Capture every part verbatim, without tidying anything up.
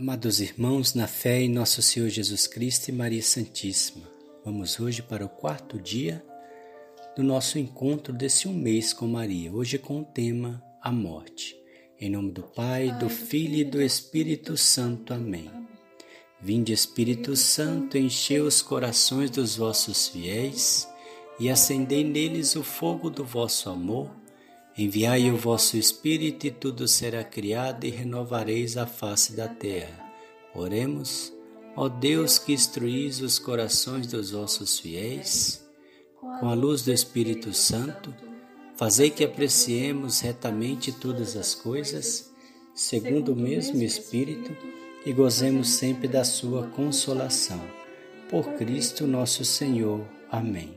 Amados irmãos, na fé em nosso Senhor Jesus Cristo e Maria Santíssima, vamos hoje para o quarto dia do nosso encontro desse um mês com Maria, hoje com o tema A Morte. Em nome do Pai, do Filho e do Espírito Santo. Amém. Vinde, Espírito Santo, enchei os corações dos vossos fiéis e acendei neles o fogo do vosso amor. Enviai o vosso Espírito e tudo será criado e renovareis a face da terra. Oremos, ó Deus que instruís os corações dos vossos fiéis, com a luz do Espírito Santo, fazei que apreciemos retamente todas as coisas, segundo o mesmo Espírito, e gozemos sempre da sua consolação. Por Cristo nosso Senhor. Amém.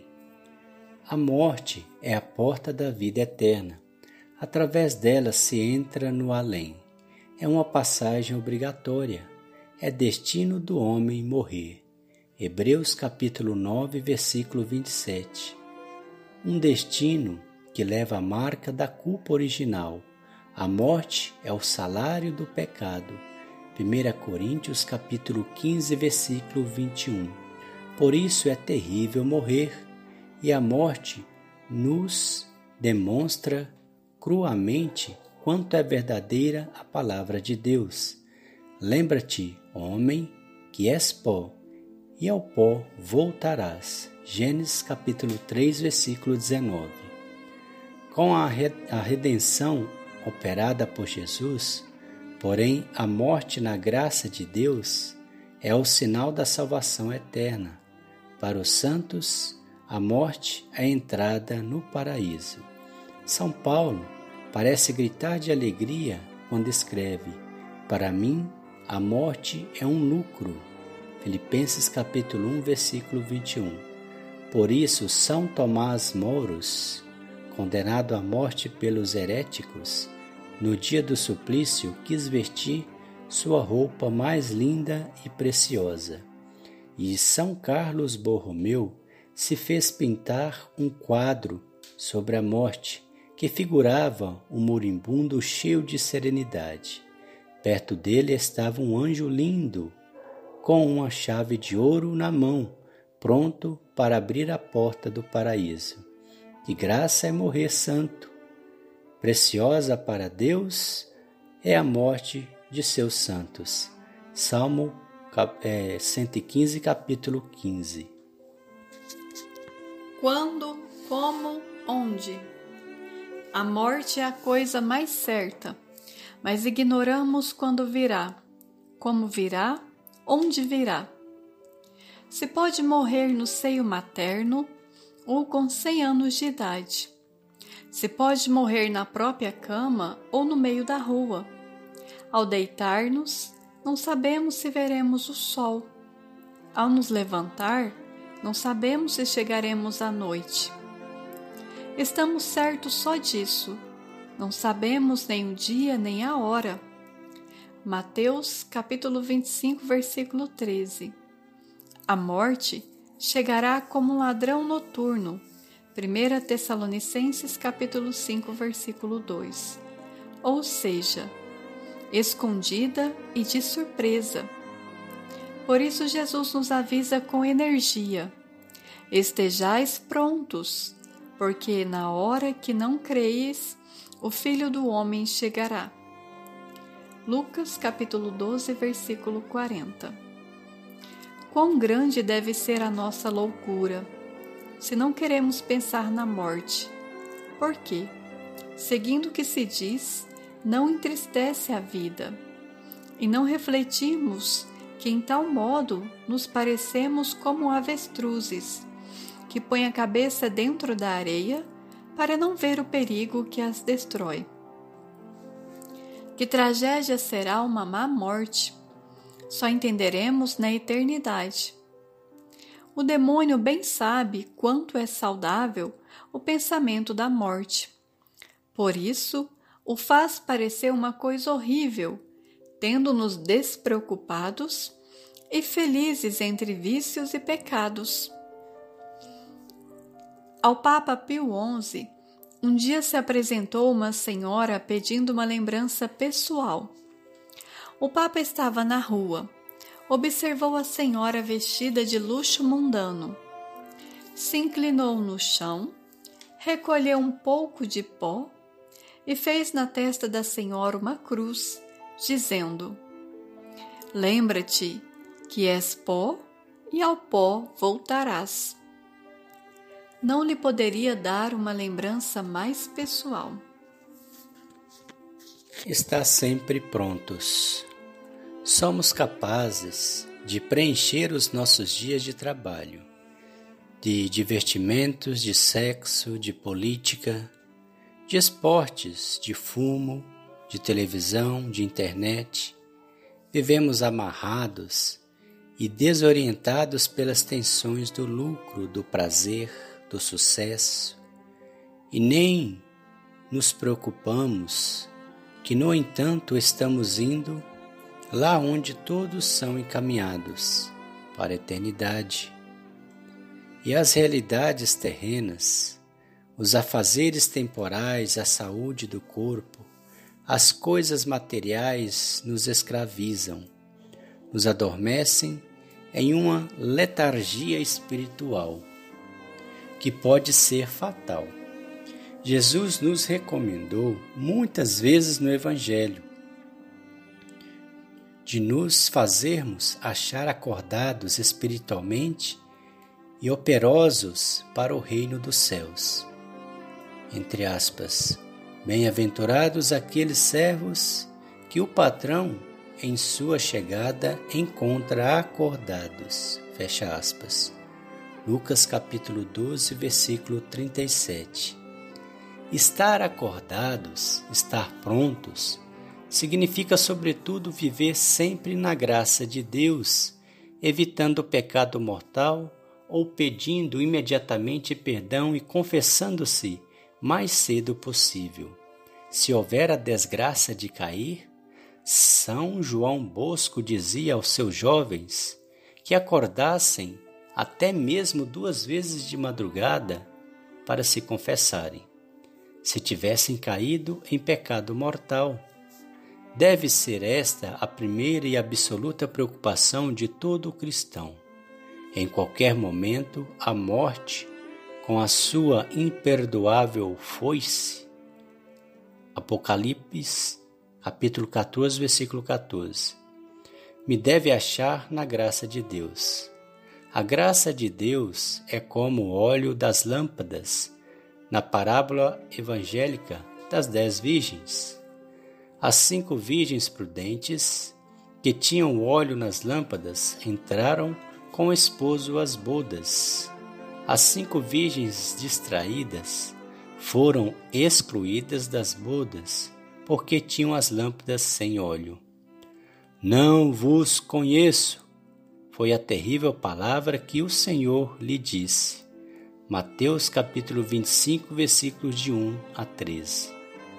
A morte é a porta da vida eterna. Através dela se entra no além. É uma passagem obrigatória. É destino do homem morrer. Hebreus capítulo nove, versículo vinte e sete. Um destino que leva a marca da culpa original. A morte é o salário do pecado. primeira Coríntios capítulo quinze, versículo vinte e um. Por isso é terrível morrer, e a morte nos demonstra cruamente quanto é verdadeira a palavra de Deus. Lembra-te, homem, que és pó, e ao pó voltarás. Gênesis capítulo três, versículo dezenove. Com a redenção operada por Jesus, porém, a morte na graça de Deus é o sinal da salvação eterna. Para os santos, a morte é a entrada no paraíso. São Paulo parece gritar de alegria quando escreve: para mim, a morte é um lucro. Filipenses capítulo um, versículo vinte e um. Por isso, São Tomás Moros, condenado à morte pelos heréticos, no dia do suplício quis vestir sua roupa mais linda e preciosa. E São Carlos Borromeu se fez pintar um quadro sobre a morte, que figurava um moribundo cheio de serenidade. Perto dele estava um anjo lindo, com uma chave de ouro na mão, pronto para abrir a porta do paraíso. Que graça é morrer santo! Preciosa para Deus é a morte de seus santos. Salmo é, cento e quinze, capítulo quinze. Quando, como, onde? A morte é a coisa mais certa, mas ignoramos quando virá, como virá, onde virá. Se pode morrer no seio materno ou com cem anos de idade. Se pode morrer na própria cama ou no meio da rua. Ao deitar-nos, não sabemos se veremos o sol. Ao nos levantar, não sabemos se chegaremos à noite. Estamos certos só disso. Não sabemos nem o dia nem a hora. Mateus capítulo vinte e cinco, versículo treze. A morte chegará como um ladrão noturno. primeira Tessalonicenses capítulo cinco, versículo dois. Ou seja, escondida e de surpresa. Por isso Jesus nos avisa com energia: estejais prontos, porque na hora que não creis, o Filho do Homem chegará. Lucas capítulo doze, versículo quarenta. Quão grande deve ser a nossa loucura, se não queremos pensar na morte. Por quê? Seguindo o que se diz, não entristece a vida, e não refletimos que em tal modo nos parecemos como avestruzes, que põem a cabeça dentro da areia para não ver o perigo que as destrói. Que tragédia será uma má morte! Só entenderemos na eternidade. O demônio bem sabe quanto é saudável o pensamento da morte. Por isso, o faz parecer uma coisa horrível, tendo-nos despreocupados e felizes entre vícios e pecados. Ao Papa Pio onze, um dia se apresentou uma senhora pedindo uma lembrança pessoal. O Papa estava na rua. Observou a senhora vestida de luxo mundano. Se inclinou no chão, recolheu um pouco de pó e fez na testa da senhora uma cruz, dizendo: lembra-te que és pó e ao pó voltarás. Não lhe poderia dar uma lembrança mais pessoal. Está sempre prontos. Somos capazes de preencher os nossos dias de trabalho, de divertimentos, de sexo, de política, de esportes, de fumo, de televisão, de internet. Vivemos amarrados e desorientados pelas tensões do lucro, do prazer, do sucesso, e nem nos preocupamos que, no entanto, estamos indo lá onde todos são encaminhados, para a eternidade. E as realidades terrenas, os afazeres temporais, a saúde do corpo, as coisas materiais nos escravizam, nos adormecem em uma letargia espiritual, que pode ser fatal. Jesus nos recomendou muitas vezes no Evangelho de nos fazermos achar acordados espiritualmente e operosos para o reino dos céus. Entre aspas, bem-aventurados aqueles servos que o patrão, em sua chegada, encontra acordados. Fecha aspas. Lucas capítulo doze, versículo trinta e sete. Estar acordados, estar prontos, significa sobretudo viver sempre na graça de Deus, evitando o pecado mortal ou pedindo imediatamente perdão e confessando-se mais cedo possível. Se houver a desgraça de cair, São João Bosco dizia aos seus jovens que acordassem até mesmo duas vezes de madrugada para se confessarem, se tivessem caído em pecado mortal. Deve ser esta a primeira e absoluta preocupação de todo cristão. Em qualquer momento, a morte, com a sua imperdoável foice. Apocalipse, capítulo quatorze, versículo quatorze. Me deve achar na graça de Deus. A graça de Deus é como o óleo das lâmpadas, na parábola evangélica das dez virgens. As cinco virgens prudentes, que tinham óleo nas lâmpadas, entraram com o esposo às bodas. As cinco virgens distraídas foram excluídas das bodas, porque tinham as lâmpadas sem óleo. Não vos conheço, foi a terrível palavra que o Senhor lhe disse. Mateus capítulo vinte e cinco, versículos de um a treze.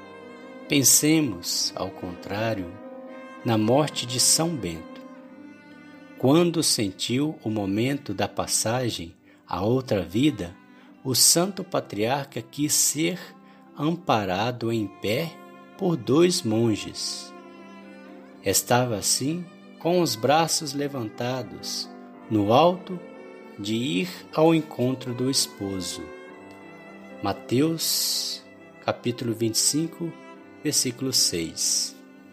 Pensemos, ao contrário, na morte de São Bento. Quando sentiu o momento da passagem à outra vida, o santo patriarca quis ser amparado em pé por dois monges. Estava assim, com os braços levantados, no alto de ir ao encontro do esposo. Mateus, capítulo vinte e cinco, versículo seis.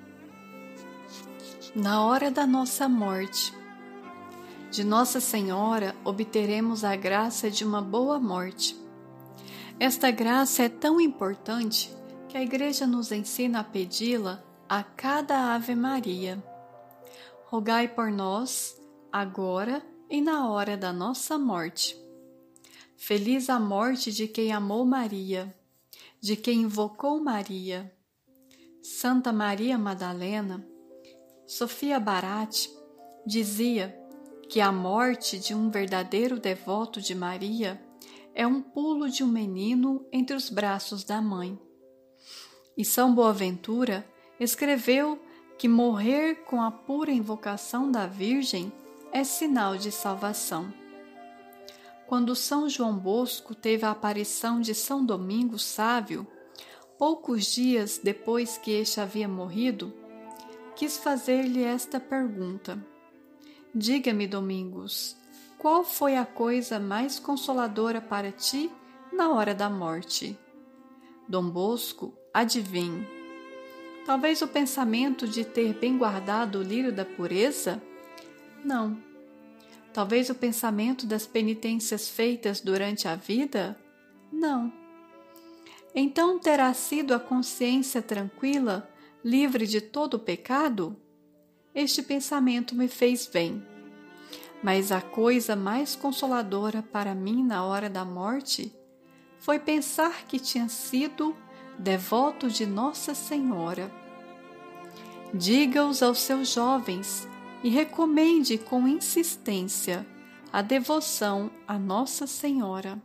Na hora da nossa morte, de Nossa Senhora obteremos a graça de uma boa morte. Esta graça é tão importante que a Igreja nos ensina a pedi-la a cada Ave Maria. Rogai por nós, agora e na hora da nossa morte. Feliz a morte de quem amou Maria, de quem invocou Maria. Santa Maria Madalena, Sofia Baratti, dizia que a morte de um verdadeiro devoto de Maria é um pulo de um menino entre os braços da mãe. E São Boaventura escreveu que morrer com a pura invocação da Virgem é sinal de salvação. Quando São João Bosco teve a aparição de São Domingos Sábio, poucos dias depois que este havia morrido, quis fazer-lhe esta pergunta. Diga-me, Domingos, qual foi a coisa mais consoladora para ti na hora da morte? Dom Bosco, adivinhe. Talvez o pensamento de ter bem guardado o lírio da pureza? Não. Talvez o pensamento das penitências feitas durante a vida? Não. Então terá sido a consciência tranquila, livre de todo o pecado? Este pensamento me fez bem. Mas a coisa mais consoladora para mim na hora da morte foi pensar que tinha sido devoto de Nossa Senhora. Diga-os aos seus jovens e recomende com insistência a devoção a Nossa Senhora.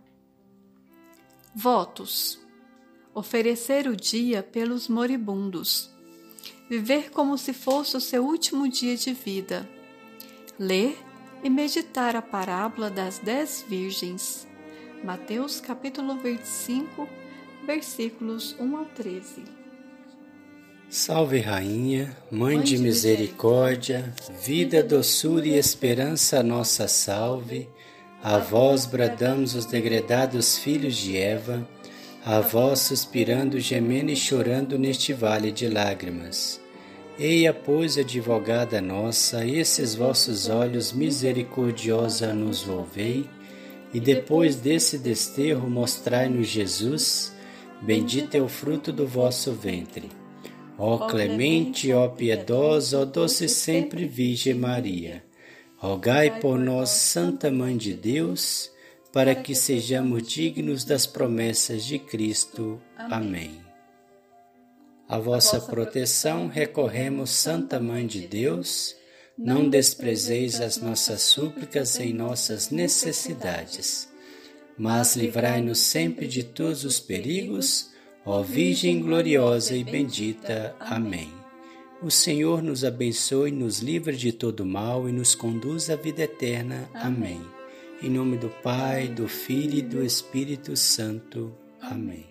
Votos: oferecer o dia pelos moribundos, viver como se fosse o seu último dia de vida, ler e meditar a parábola das dez virgens, Mateus capítulo vinte e cinco, versículos um ao treze. Salve Rainha, Mãe de misericórdia, vida, doçura e esperança, nossa salve. A vós bradamos os degredados filhos de Eva, a vós suspirando, gemendo e chorando neste vale de lágrimas. Eia, pois, advogada nossa, esses vossos olhos misericordiosa nos volvei, e depois desse desterro mostrai-nos Jesus, bendito é o fruto do vosso ventre. Ó clemente, ó piedosa, ó doce sempre Virgem Maria, rogai por nós, Santa Mãe de Deus, para que sejamos dignos das promessas de Cristo. Amém. A vossa proteção recorremos, Santa Mãe de Deus, não desprezeis as nossas súplicas em nossas necessidades, mas livrai-nos sempre de todos os perigos, ó Virgem gloriosa e bendita. Amém. O Senhor nos abençoe, nos livre de todo mal e nos conduz à vida eterna. Amém. Em nome do Pai, do Filho e do Espírito Santo. Amém.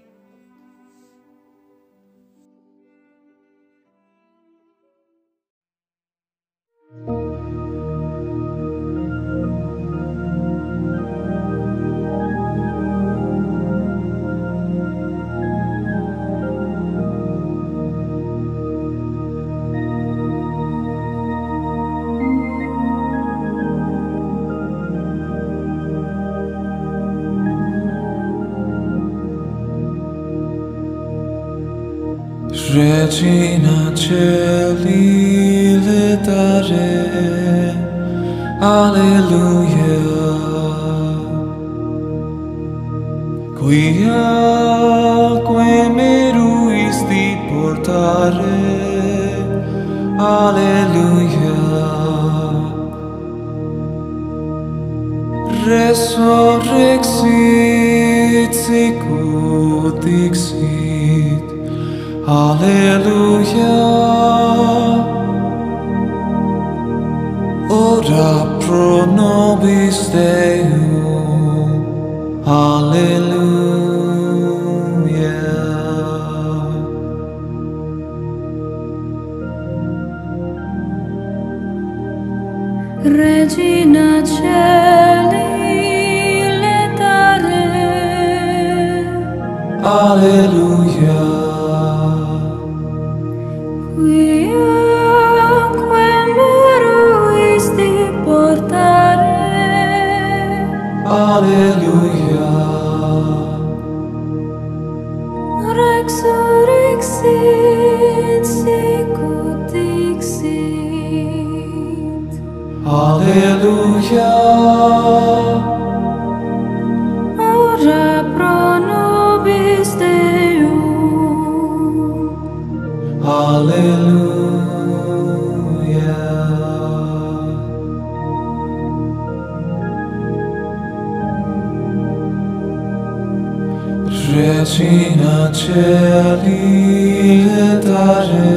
Regina Celi letare, Alleluia. Quia que meruisti portare, Alleluia. Resurrexit sicut dixit, Alleluia. Ora pro nobis Deum, Alleluia. Regina Celi letare, Alleluia. Alleluia. Resurrexit sicut dixit, Alleluia. ora pro nobis Deum, Alleluia. Regina Celi letare,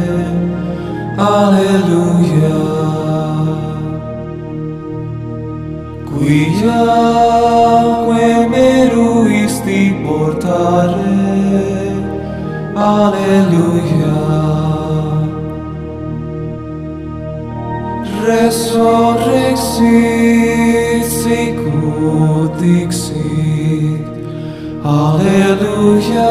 Alleluia. Quia que meruisti portare, Alleluia. resurrexit sicut dixit. Alleluia.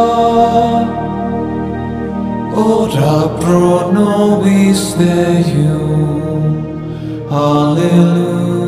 Ora pro nobis Deum. Alleluia.